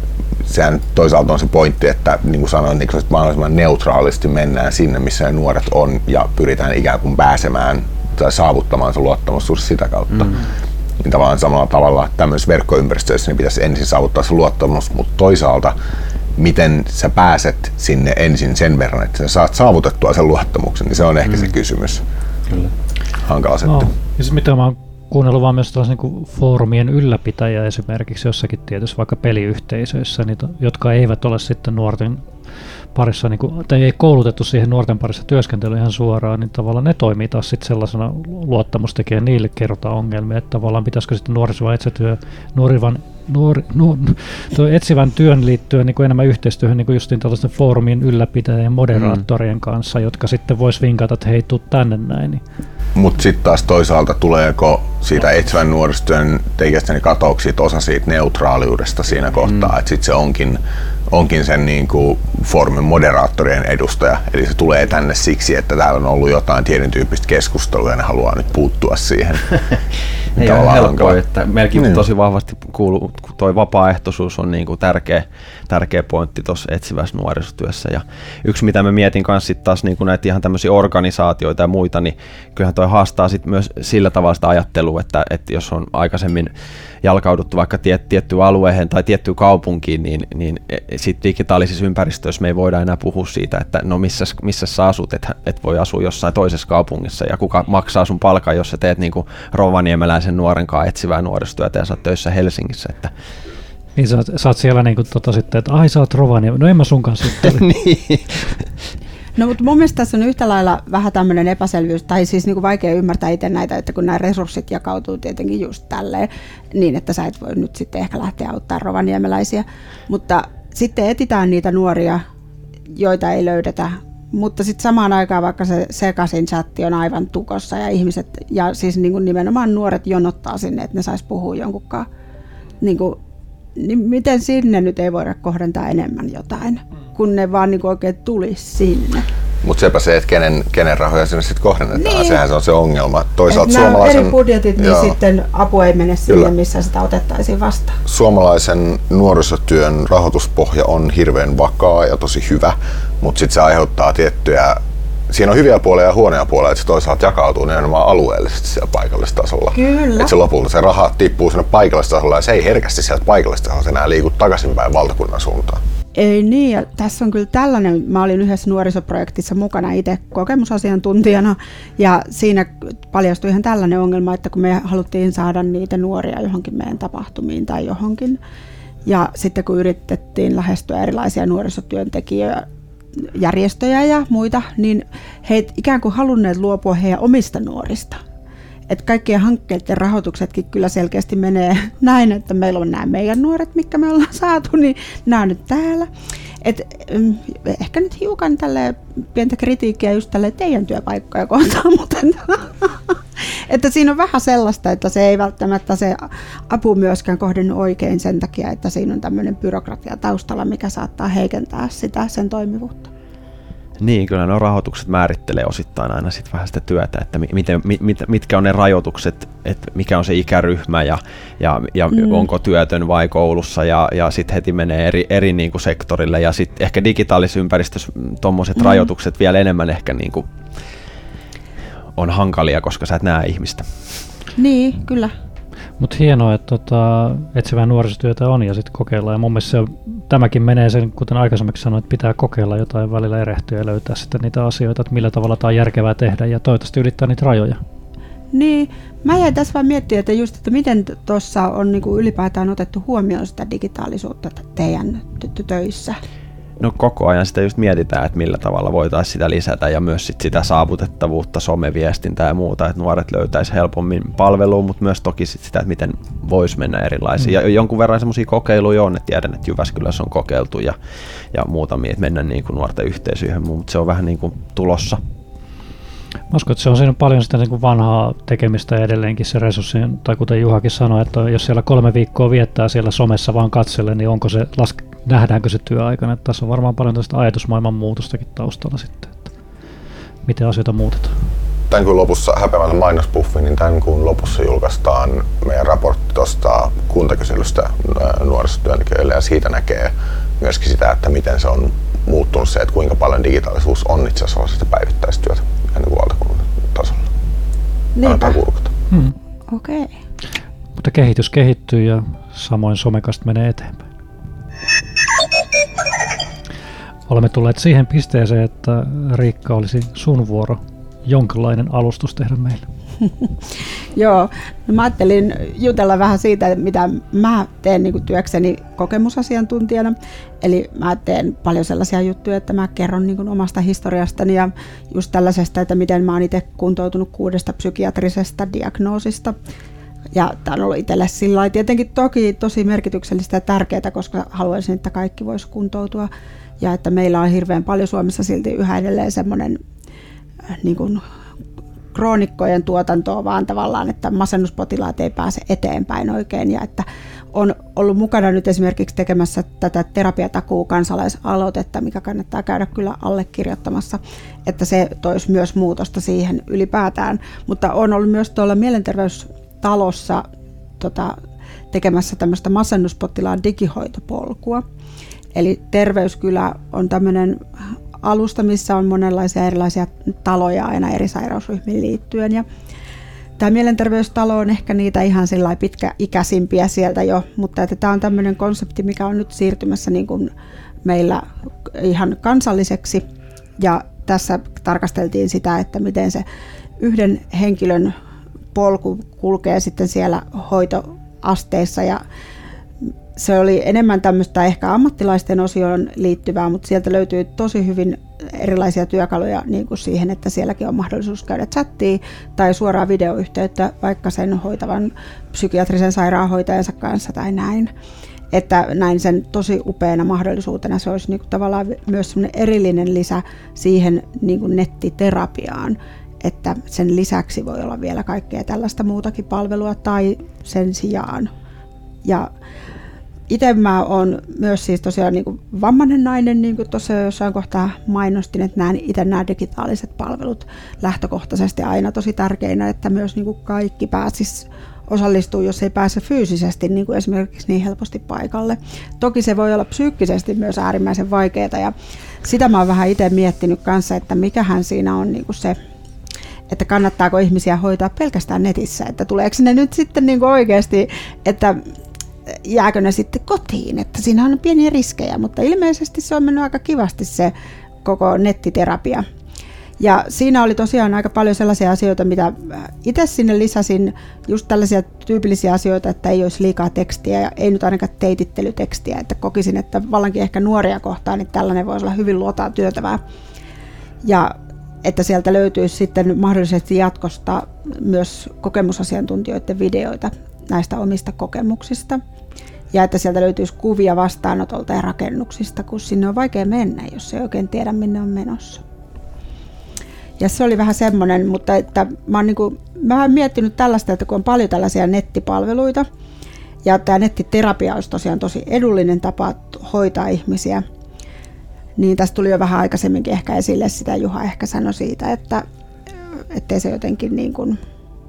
sehän toisaalta on se pointti, että niin kuin sanoin, niin että mahdollisimman neutraalisti mennään sinne, missä ne nuoret on ja pyritään ikään kuin pääsemään tai saavuttamaan se luottamus sitä kautta. Mm. Niin tavallaan samalla tavalla tämmöisessä verkkoympäristössä niin pitäisi ensin saavuttaa se luottamus, mutta toisaalta miten sä pääset sinne ensin sen verran, että sä saat saavutettua sen luottamuksen, niin se on ehkä mm. se kysymys. Kyllä. Hankala settä. No. Ja siis mitä mä oon kuunnellut vaan myös tällaisen niin foorumien ylläpitäjä esimerkiksi jossakin tietysti vaikka peliyhteisöissä, niitä, jotka eivät ole sitten nuorten parissa, niin kuin, tai ei koulutettu siihen nuorten parissa työskentelyä ihan suoraan, niin tavallaan ne toimii taas sitten sellaisena luottamustekijän, niille kerrotaan ongelmia, että tavallaan pitäisikö sitten nuorisovan etsätyö, nuorivan, nuori, nu, tuo etsivän työn liittyen niin kuin enemmän yhteistyöhön niin kuin justiin tällaisten foorumien ylläpitäjien ja moderaattorien mm. kanssa, jotka sitten vois vinkata, että hei, tuu tänne näin. Niin. Mutta sitten taas toisaalta tuleeko siitä etsivän nuorisotyön tekijästä niin katoako siitä osa siitä neutraaliudesta siinä kohtaa, mm. että sitten se onkin, onkin sen niin kuin foorumin moderaattorien edustaja, eli se tulee tänne siksi, että täällä on ollut jotain tietyn tyyppistä keskustelua ja ne haluaa nyt puuttua siihen. Ei ole helppoa, että meilläkin niin. tosi vahvasti kuuluu, toi vapaaehtoisuus on niin kuin tärkeä, tärkeä pointti tuossa etsivässä nuorisotyössä. Ja yksi, mitä mä mietin kanssa sit taas niin kuin näitä ihan tämmöisiä organisaatioita ja muita, niin kyllähän toi haastaa sit myös sillä tavalla sitä ajattelua, että, että jos on aikaisemmin jalkauduttu vaikka tiet, tiettyyn alueeseen tai tiettyyn kaupunkiin, niin, niin sit digitaalisissa ympäristöissä me ei voida enää puhua siitä, että no missä, missä sä asut, että et voi asua jossain toisessa kaupungissa ja kuka maksaa sun palkan, jos sä teet niin kuin rovaniemeläisen nuoren kanssa etsivää nuorisotyötä ja sä oot töissä Helsingissä. Että niin sä, sä oot siellä niin kuin tota sitten, että ai sä oot Rovaniemi, no en mä sun kanssa niin. No mutta mun mielestä tässä on yhtä lailla vähän tämmöinen epäselvyys, tai siis niinku vaikea ymmärtää itse näitä, että kun nämä resurssit jakautuu tietenkin just tälleen, niin että sä et voi nyt sitten ehkä lähteä auttaa rovaniemeläisiä, mutta sitten etsitään niitä nuoria, joita ei löydetä, mutta sitten samaan aikaan vaikka se sekaisin chatti on aivan tukossa ja ihmiset, ja siis niinku nimenomaan nuoret jonottaa sinne, että ne sais puhua jonkunkaan, niinku, niin miten sinne nyt ei voida kohdentaa enemmän jotain, kun ne vaan niinku oikein tulisi sinne. Mutta sepä se, että kenen, kenen rahoja sinne sitten kohdennetaan, niin. Sehän se on se ongelma. Toisaalta nämä suomalaisen, eri budjetit, niin joo. sitten apu ei mene sinne, Kyllä. missä sitä otettaisiin vastaan. Suomalaisen nuorisotyön rahoituspohja on hirveän vakaa ja tosi hyvä, mutta sitten se aiheuttaa tiettyjä, siinä on hyviä puolia ja huonoja puolia, että se toisaalta jakautuu nimenomaan alueellisesti siellä paikallistasolla. Kyllä. Että se lopulta se raha tippuu sinne paikallistasolla ja se ei herkästi sieltä paikallistasolla enää liiku takaisinpäin valtakunnan suuntaan. Ei niin, ja tässä on kyllä tällainen, mä olin yhdessä nuorisoprojektissa mukana itse kokemusasiantuntijana, ja siinä paljastui ihan tällainen ongelma, että kun me haluttiin saada niitä nuoria johonkin meidän tapahtumiin tai johonkin, ja sitten kun yritettiin lähestyä erilaisia nuorisotyöntekijöitä, järjestöjä ja muita, niin he eivät ikään kuin halunneet luopua heidän omista nuorista. Että kaikkien hankkeiden rahoituksetkin kyllä selkeästi menee näin, että meillä on nämä meidän nuoret, mitkä me ollaan saatu, niin nämä on nyt täällä. Et, ehkä nyt hiukan tälle pientä kritiikkiä just tälle teidän työpaikkoja kohtaan, mutta että siinä on vähän sellaista, että se ei välttämättä se apu myöskään kohdennu oikein sen takia, että siinä on tämmöinen byrokratia taustalla, mikä saattaa heikentää sitä sen toimivuutta. Niin, kyllä nuo rahoitukset määrittelee osittain aina sit vähän sitä työtä, että miten, mit, mitkä on ne rajoitukset, että mikä on se ikäryhmä ja, ja, ja mm. onko työtön vai koulussa ja, ja sitten heti menee eri, eri niin kuin sektorille ja sitten ehkä digitaalisessa ympäristössä tuommoiset mm. rajoitukset vielä enemmän ehkä niin kuin on hankalia, koska sä et näe ihmistä. Niin, kyllä. Mutta hienoa, että tota, etsivää nuorisotyötä on ja sitten kokeillaan. Ja mun mielestä se, tämäkin menee sen, kuten aikaisemmin sanoin, että pitää kokeilla jotain välillä erehtyä ja löytää sitten niitä asioita, että millä tavalla tämä on järkevää tehdä ja toivottavasti ylittää niitä rajoja. Niin, mä jäin tässä vaan miettimään, että just, että miten tuossa on niinku ylipäätään otettu huomioon sitä digitaalisuutta teidän töissä. No koko ajan sitä just mietitään, että millä tavalla voitaisiin sitä lisätä ja myös sit sitä saavutettavuutta, someviestintää ja muuta, että nuoret löytäisi helpommin palvelua, mutta myös toki sit sitä, että miten voisi mennä erilaisiin. Mm. Ja jonkun verran semmoisia kokeiluja on, että tiedän, että Jyväskylässä on kokeiltu ja, ja muutamia, että mennä niin kuin nuorten yhteisöihin, mutta se on vähän niin kuin tulossa. Mä uskon, että se on siinä paljon sitä niin kuin vanhaa tekemistä edelleenkin se resurssien, tai kuten Juhakin sanoi, että jos siellä kolme viikkoa viettää siellä somessa vaan katselle, niin onko se, nähdäänkö se työaikana, että tässä on varmaan paljon tästä ajatusmaailman muutostakin taustalla sitten, että miten asioita muutetaan. Tämän kuun lopussa häpeämätön mainospuffi, niin tämän kuun lopussa julkaistaan meidän raportti tuosta kuntakyselystä nuorisotyöntekijöille ja siitä näkee myöskin sitä, että miten se on muuttunut se, että kuinka paljon digitaalisuus on itse asiassa sitä päivittäistyötä ennen kuin valtakunnan tasolla. Kannattaa kurkata. Hmm. Okei. Okay. Mutta kehitys kehittyy ja samoin somekast menee eteenpäin. Olemme tulleet siihen pisteeseen, että Riikka olisi sun vuoro jonkinlainen alustus tehdä meille. Joo, no mä ajattelin jutella vähän siitä, mitä mä teen niin kuin työkseni kokemusasiantuntijana. Eli mä teen paljon sellaisia juttuja, että mä kerron niin kuin omasta historiastani ja just tällaisesta, että miten mä oon itse kuntoutunut kuudesta psykiatrisesta diagnoosista. Ja tämä on ollut itselle sillä lailla tietenkin toki tosi merkityksellistä ja tärkeää, koska haluaisin, että kaikki vois kuntoutua. Ja että meillä on hirveän paljon Suomessa silti yhä edelleen semmoinen niin kuin kroonikkojen tuotantoa vaan tavallaan, että masennuspotilaat ei pääse eteenpäin oikein ja että on ollut mukana nyt esimerkiksi tekemässä tätä terapiatakuu-kansalaisaloitetta, mikä kannattaa käydä kyllä allekirjoittamassa, että se toisi myös muutosta siihen ylipäätään, mutta on ollut myös tuolla mielenterveystalossa tota, tekemässä tämmöistä masennuspotilaan digihoitopolkua, eli Terveyskylä on tämmöinen alusta, missä on monenlaisia erilaisia taloja aina eri sairausryhmiin liittyen. Ja tämä mielenterveystalo on ehkä niitä ihan pitkäikäisimpiä sieltä jo, mutta että tämä on tämmöinen konsepti, mikä on nyt siirtymässä niin kuin meillä ihan kansalliseksi. Ja tässä tarkasteltiin sitä, että miten se yhden henkilön polku kulkee sitten siellä hoitoasteissa ja se oli enemmän tämmöistä ehkä ammattilaisten osioon liittyvää, mutta sieltä löytyy tosi hyvin erilaisia työkaluja niin kuin siihen, että sielläkin on mahdollisuus käydä chattiin tai suoraa videoyhteyttä vaikka sen hoitavan psykiatrisen sairaanhoitajansa kanssa tai näin. Että näin sen tosi upeana mahdollisuutena. Se olisi niin kuin tavallaan myös semmoinen erillinen lisä siihen niin kuin nettiterapiaan, että sen lisäksi voi olla vielä kaikkea tällaista muutakin palvelua tai sen sijaan. Ja itse mä oon myös siis tosiaan niin kuin vammainen nainen, niin kuin tuossa jossain kohtaa mainostin, että näen itse nämä digitaaliset palvelut lähtökohtaisesti aina tosi tärkeinä, että myös niin kuin kaikki pääsis osallistuu, jos ei pääse fyysisesti niin kuin esimerkiksi niin helposti paikalle. Toki se voi olla psyykkisesti myös äärimmäisen vaikeaa ja sitä mä oon vähän itse miettinyt kanssa, että mikähän siinä on niin kuin se, että kannattaako ihmisiä hoitaa pelkästään netissä, että tuleeko ne nyt sitten niin kuin oikeasti, että jääkö ne sitten kotiin, että siinä on pieniä riskejä, mutta ilmeisesti se on mennyt aika kivasti se koko nettiterapia. Ja siinä oli tosiaan aika paljon sellaisia asioita, mitä itse sinne lisäsin, just tällaisia tyypillisiä asioita, että ei olisi liikaa tekstiä ja ei nyt ainakaan teitittelytekstiä, että kokisin, että vallankin ehkä nuoria kohtaan, niin tällainen voisi olla hyvin luotaan työtävää. Ja että sieltä löytyisi sitten mahdollisesti jatkosta myös kokemusasiantuntijoiden videoita näistä omista kokemuksista. Ja että sieltä löytyisi kuvia vastaanotolta ja rakennuksista, kun sinne on vaikea mennä, jos ei oikein tiedä, minne on menossa. Ja se oli vähän semmoinen, mutta että mä oon, niin kuin, mä oon miettinyt tällaista, että kun on paljon tällaisia nettipalveluita, ja tämä nettiterapia olisi tosiaan tosi edullinen tapa hoitaa ihmisiä, niin tästä tuli jo vähän aikaisemminkin ehkä esille, sitä Juha ehkä sanoi siitä, että ettei se jotenkin niin kuin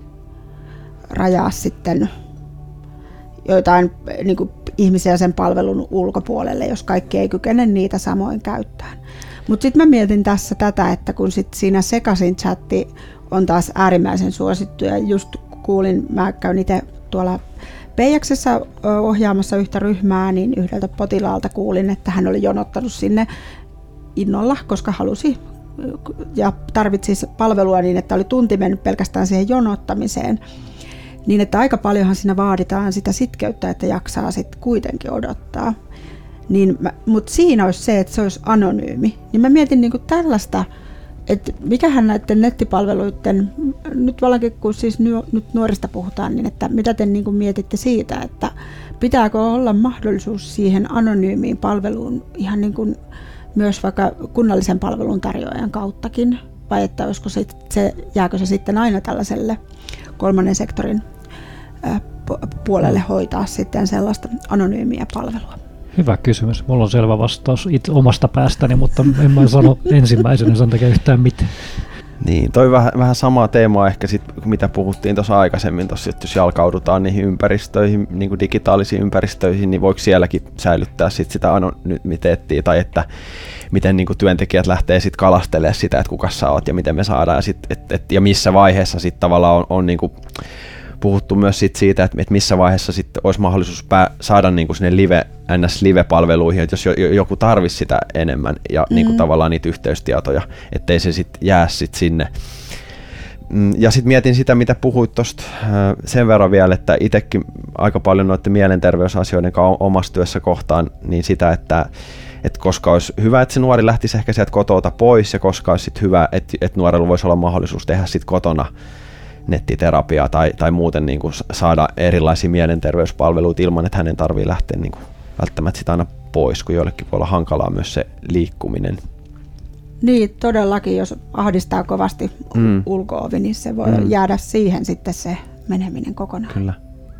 rajaa sitten joitain niin kuin ihmisiä sen palvelun ulkopuolelle, jos kaikki ei kykene niitä samoin käyttämään. Mutta sitten mä mietin tässä tätä, että kun sit siinä sekaisin chatti on taas äärimmäisen suosittu ja just kuulin, mä käyn itse tuolla Peijaksessa ohjaamassa yhtä ryhmää, niin yhdeltä potilaalta kuulin, että hän oli jonottanut sinne innolla, koska halusi ja tarvitsi palvelua niin, että oli tunti mennyt pelkästään siihen jonottamiseen. Niin, että aika paljonhan siinä vaaditaan sitä sitkeyttä, että jaksaa sitten kuitenkin odottaa. Niin, mutta siinä olisi se, että se olisi anonyymi. Niin mä mietin niinku tällaista, että mikähän näiden nettipalveluiden, nyt vallankin kun siis nyt nuorista puhutaan, niin että mitä te niinku mietitte siitä, että pitääkö olla mahdollisuus siihen anonyymiin palveluun ihan niin kuin myös vaikka kunnallisen palvelun tarjoajan kauttakin, vai että olisiko se, se, jääkö se sitten aina tällaiselle kolmannen sektorin ää, puolelle hoitaa sitten sellaista anonyymiä palvelua? Hyvä kysymys. Mulla on selvä vastaus itse omasta päästäni, mutta en mä sano ensimmäisenä sen takia yhtään mitään. Niin, toi vähän, vähän samaa teemaa ehkä sit, mitä puhuttiin tuossa aikaisemmin, tossa, että jos jalkaudutaan niihin ympäristöihin, niin kuin digitaalisiin ympäristöihin, niin voiko sielläkin säilyttää sit sitä anonymiteettiä, tai että miten niin kuin työntekijät lähtee sit kalastelemaan sitä, että kuka sä oot ja miten me saadaan, ja, sit, et, et, ja missä vaiheessa sitten tavallaan on, on niin kuin puhuttu myös sit siitä, että et missä vaiheessa sitten olisi mahdollisuus pää, saada niin kuin sinne live, N S-live-palveluihin, että jos joku tarvitsisi sitä enemmän ja mm. niin kuin tavallaan niitä yhteystietoja, ettei se sitten jää sit sinne. Ja sitten mietin sitä, mitä puhuit tuosta sen verran vielä, että itsekin aika paljon noiden mielenterveysasioiden omassa työssä kohtaan, niin sitä, että että koska olisi hyvä, että se nuori lähtisi ehkä sieltä kotota pois, ja koska olisi sit hyvä, että, että nuorella voisi olla mahdollisuus tehdä sit kotona nettiterapiaa tai, tai muuten niin kuin saada erilaisia mielenterveyspalveluita ilman, että hänen tarvitsee lähteä niin kuin välttämättä sitä aina pois, kun joillekin voi olla hankalaa myös se liikkuminen. Niin, todellakin, jos ahdistaa kovasti mm. ulko-ovi, niin se voi mm. jäädä siihen sitten se meneminen kokonaan. Kyllä.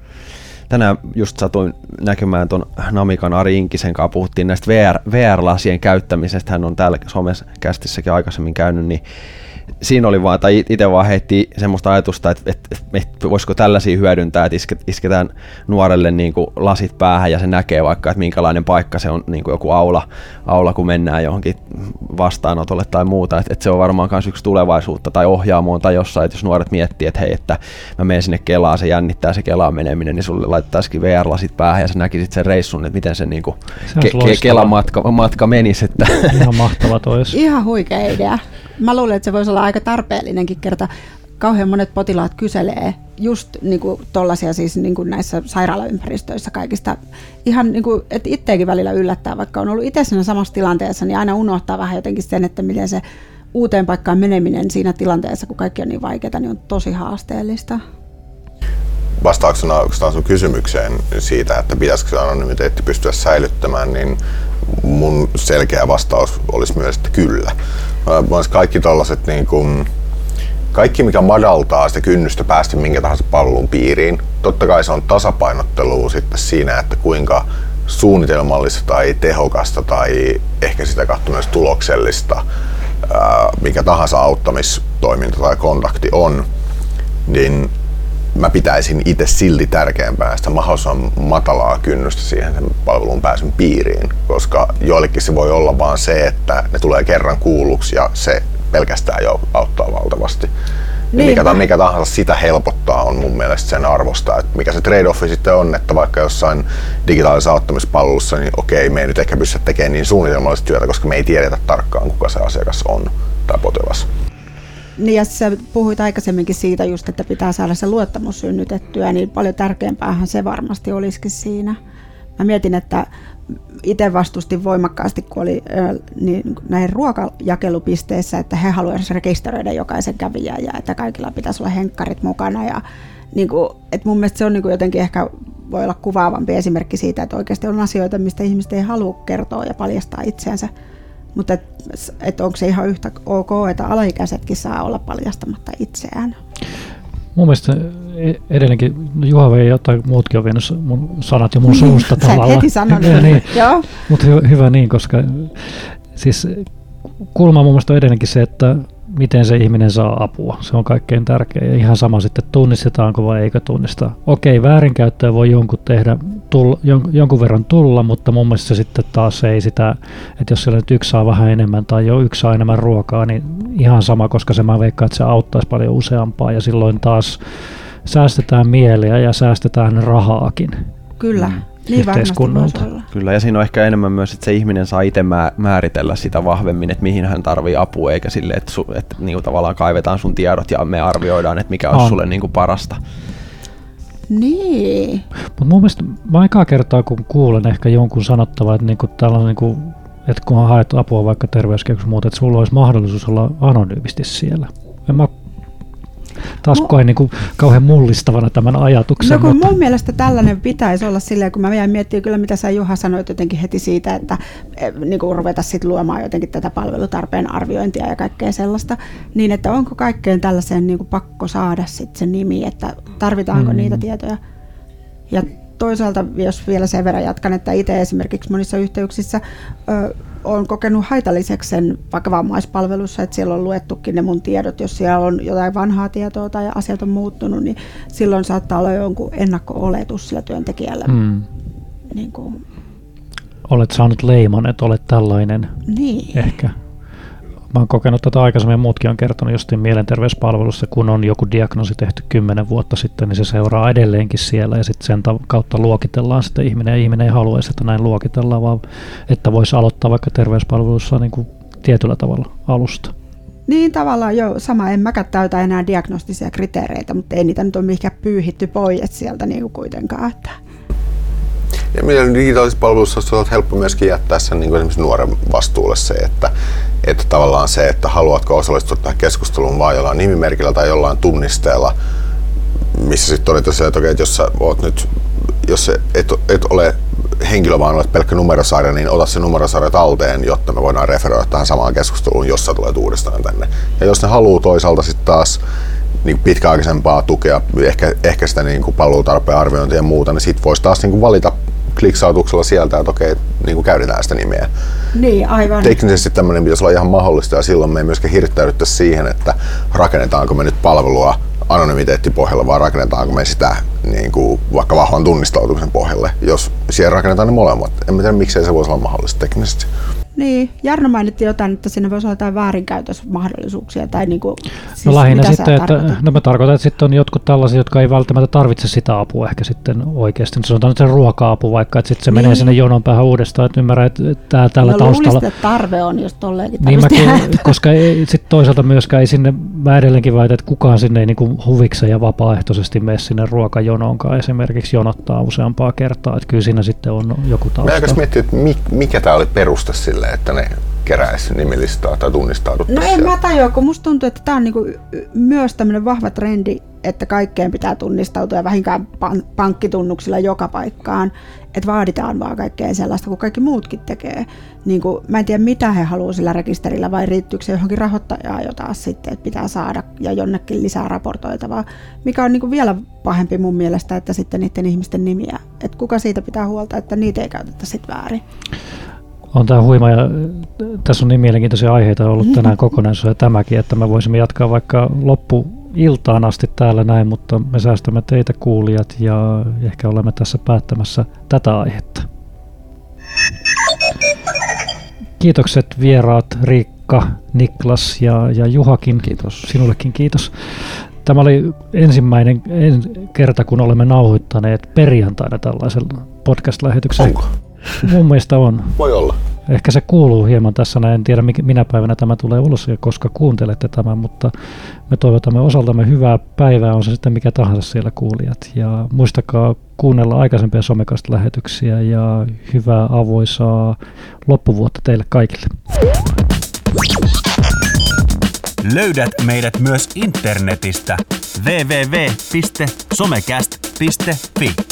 Tänään just satuin näkemään tuon Namikan Ari Inkisen kanssa, puhuttiin näistä V R, V R-lasien käyttämisestä, hän on täällä someskästissäkin aikaisemmin käynyt, niin siinä oli vaan, tai itse vaan heitti semmoista ajatusta, että, että, että voisiko tällaisia hyödyntää, että isketään nuorelle niin kuin lasit päähän ja se näkee vaikka, että minkälainen paikka se on, niin kuin joku aula, aula, kun mennään johonkin vastaanotolle tai muuta, että, että se on varmaan myös yksi tulevaisuutta tai ohjaamoon tai jossain, että jos nuoret miettii, että hei, että mä menen sinne Kelaan, se jännittää se Kelaan meneminen, niin sulle laittaisikin V R-lasit päähän ja sä näkisit sen reissun, että miten se, niin kuin se ke- ke- Kelan matka, matka menisi. Että. Ihan mahtava tois. Ihan huikea idea. Mä luulen, että se voisi olla aika tarpeellinenkin kerta. Kauhean monet potilaat kyselee just niin kuin tollaisia siis niin kuin näissä sairaalaympäristöissä kaikista. Ihan niin kuin, että itseäkin välillä yllättää, vaikka on ollut itse siinä samassa tilanteessa, niin aina unohtaa vähän jotenkin sen, että miten se uuteen paikkaan meneminen siinä tilanteessa, kun kaikki on niin vaikeaa, niin on tosi haasteellista. Vastauksena oikeastaan sun kysymykseen siitä, että pitäisikö se anonymiteetti pystyä säilyttämään, niin mun selkeä vastaus olisi myös, että kyllä. Kaikki tollaset, niin kuin, kaikki mikä madaltaa sitä kynnystä päästä minkä tahansa palvelun piiriin, totta kai se on tasapainottelua sitten siinä, että kuinka suunnitelmallista tai tehokasta tai ehkä sitä kautta myös tuloksellista ää, mikä tahansa auttamistoiminta tai kontakti on, niin mä pitäisin itse silti tärkeämpää sitä mahdollisimman matalaa kynnystä siihen sen palvelun pääsyn piiriin, koska joillekin se voi olla vaan se, että ne tulee kerran kuulluksi ja se pelkästään jo auttaa valtavasti. Niin, mikä, mikä tahansa sitä helpottaa on mun mielestä sen arvosta, että mikä se trade-offi sitten on, että vaikka jossain digitaalisessa auttamispalvelussa, niin okei, me ei nyt ehkä pystytä tekemään niin suunnitelmallista työtä, koska me ei tiedetä tarkkaan, kuka se asiakas on tai potilas. Niin ja sä puhuit aikaisemminkin siitä just, että pitää saada se luottamus synnytettyä, niin paljon tärkeämpäähän se varmasti olisikin siinä. Mä mietin, että itse vastustin voimakkaasti, kun oli niin, näihin ruokajakelupisteissä, että he haluaisivat rekisteröidä jokaisen kävijän ja että kaikilla pitäisi olla henkkarit mukana. Ja, niin kuin, että mun mielestä se on niin kuin jotenkin ehkä voi olla kuvaavampi esimerkki siitä, että oikeasti on asioita, mistä ihmiset ei halua kertoa ja paljastaa itseänsä. Mutta et, et onko se ihan yhtä ok, että alaikäisetkin saa olla paljastamatta itseään? Mun mielestä edelleenkin Juha vei jotain muutkin on vienyt mun sanat jo mun suusta tavallaan. Sä heti sanonut. Niin, joo. Mutta hyvä, hyvä niin, koska siis kulma mun mielestä on edelleenkin se, että miten se ihminen saa apua. Se on kaikkein tärkein. Ja ihan sama sitten, tunnistetaanko vai eikö tunnista. Okei, väärinkäyttöä voi jonkun tehdä, tulla, jon, jonkun verran tulla, mutta mun mielestä sitten taas ei sitä, että jos siellä nyt yksi saa vähän enemmän tai jo yksi saa enemmän ruokaa, niin ihan sama, koska se mä veikkaan, että se auttaisi paljon useampaa ja silloin taas säästetään mieliä ja säästetään rahaakin. Kyllä. Niin yhteiskunnalta. Kyllä, ja siinä on ehkä enemmän myös, että se ihminen saa itse määritellä sitä vahvemmin, että mihin hän tarvii apua, eikä sille, että, su, että niinku tavallaan kaivetaan sun tiedot ja me arvioidaan, että mikä olisi no. sulle niinku parasta. Niin. Mutta mun mielestä mä aikaa kertaa, kun kuulen ehkä jonkun sanottavan, että, niinku tällainen, niinku, että kun haet apua vaikka terveyskeskuksessa muuta, että sulla olisi mahdollisuus olla anonyymisti siellä. En mä taas Mu- koen niin kuin kauhean mullistavana tämän ajatuksen. No kun mutta... mun mielestä tällainen pitäisi olla silleen, kun mä jäin miettimään kyllä mitä sä Juha sanoit jotenkin heti siitä, että niin kuin ruveta sitten luomaan jotenkin tätä palvelutarpeen arviointia ja kaikkea sellaista, niin että onko kaikkeen tällaiseen niin kuin pakko saada sitten se nimi, että tarvitaanko mm. niitä tietoja. Ja toisaalta, jos vielä sen verran jatkan, että itse esimerkiksi monissa yhteyksissä ö, olen kokenut haitalliseksi sen vaikka vammaispalvelussa, että siellä on luettukin ne mun tiedot, jos siellä on jotain vanhaa tietoa tai asiat on muuttunut, niin silloin saattaa olla jonkun ennakko-oletus sillä työntekijällä. Mm. Niin kuin. Olet saanut leiman, että olet tällainen niin. ehkä. Mä oon kokenut tätä aikaisemmin ja muutkin on kertonut justiin mielenterveyspalvelussa, kun on joku diagnoosi tehty kymmenen vuotta sitten, niin se seuraa edelleenkin siellä ja sitten sen kautta luokitellaan sitten ihminen ja ihminen ei haluaisi, että näin luokitellaan, vaan että voisi aloittaa vaikka terveyspalvelussa niin kuin tietyllä tavalla alusta. Niin tavallaan joo, sama en mäkään täytä enää diagnostisia kriteereitä, mutta ei niitä nyt ole mihinkään pyyhitty pois sieltä niin kuin kuitenkaan. Että. Ja meidän digitaalisessa palvelussa on helppo myöskin jättää sen niin kuin esimerkiksi nuoren vastuulle se, että, että tavallaan se, että haluatko osallistua tähän keskusteluun vaan jollain nimimerkillä tai jollain tunnisteella, missä sitten todetaan se, että, okei, että jos sä oot nyt, jos et, et ole henkilö, vaan olet pelkkä numerosarja, niin ota se numerosarja talteen, jotta me voidaan referoida tähän samaan keskusteluun, jos sä tulet uudestaan tänne. Ja jos ne haluaa toisaalta sitten taas niin pitkäaikaisempaa tukea, ehkä, ehkä sitä niin kuin palvelutarpeen arviointia ja muuta, niin sitten voisi taas niin kuin valita kliksautuksella sieltä, että okei, niin kuin käytetään sitä nimeä. Niin, aivan. Teknisesti tämmöinen pitäisi olla ihan mahdollista ja silloin me ei myöskään hirttäydyttäisi siihen, että rakennetaanko me nyt palvelua anonymiteettipohjalla, vaan rakennetaanko me sitä niin kuin vaikka vahvan tunnistautumisen pohjalle, jos siihen rakennetaan ne molemmat. En tiedä, miksei se voisi olla mahdollista teknisesti. Niin, Jarno mainitti jotain, että siinä voisi olla jotain väärinkäytösmahdollisuuksia. Tai niin kuin, siis no lähinnä sitten, että no mä tarkoitan, että sitten on jotkut tällaisia, jotka ei välttämättä tarvitse sitä apua ehkä sitten oikeasti. Sanotaan nyt se ruoka-apu vaikka, että sitten se niin. menee sinne jonon päähän uudestaan, että ymmärrän, että tää tällä no, taustalla. Luulisin, että tarve on, jos tolleenkin niin mäkin, koska sitten toisaalta myöskään ei sinne, mä edelleenkin väitän, että kukaan sinne ei niin huvikseen ja vapaaehtoisesti mene sinne ruokajonoonkaan esimerkiksi jonottaa useampaa kertaa, että kyllä siinä sitten on joku tausta. Mä eikös miettiä, että mikä tämä oli peruste sille, että ne keräisi nimilistaa tai tunnistauduttaisi? No en mä tajua, kun musta tuntuu, että tämä on niinku myös tämmöinen vahva trendi, että kaikkeen pitää tunnistautua ja vähintään pankkitunnuksilla joka paikkaan, että vaaditaan vaan kaikkea sellaista, kun kaikki muutkin tekee. Niin kuin, mä en tiedä, mitä he haluaa sillä rekisterillä vai riittyykö se johonkin rahoittajaa jo taas sitten, että pitää saada ja jonnekin lisää raportoitavaa, mikä on niin kuin vielä pahempi mun mielestä, että sitten niiden ihmisten nimiä, että kuka siitä pitää huolta, että niitä ei käytetä sitten väärin. On tämä huima ja tässä on niin mielenkiintoisia aiheita ollut tänään kokonaisuus ja tämäkin, että me voisimme jatkaa vaikka loppuiltaan asti täällä näin, mutta me säästämme teitä kuulijat ja ehkä olemme tässä päättämässä tätä aihetta. Kiitokset vieraat Riikka, Niklas ja, ja Juhakin. Kiitos. Sinullekin kiitos. Tämä oli ensimmäinen en, kerta, kun olemme nauhoittaneet perjantaina tällaisen podcast-lähetyksen. Onko? Mun mielestä on. Voi olla. Ehkä se kuuluu hieman tässä, en tiedä minä päivänä tämä tulee ulos ja koska kuuntelette tämän, mutta me toivotamme osaltamme hyvää päivää, on se sitten mikä tahansa siellä kuulijat. Ja muistakaa kuunnella aikaisempia Somecast-lähetyksiä ja hyvää avoisaa loppuvuotta teille kaikille. Löydät meidät myös internetistä double-u double-u double-u piste somecast piste fi.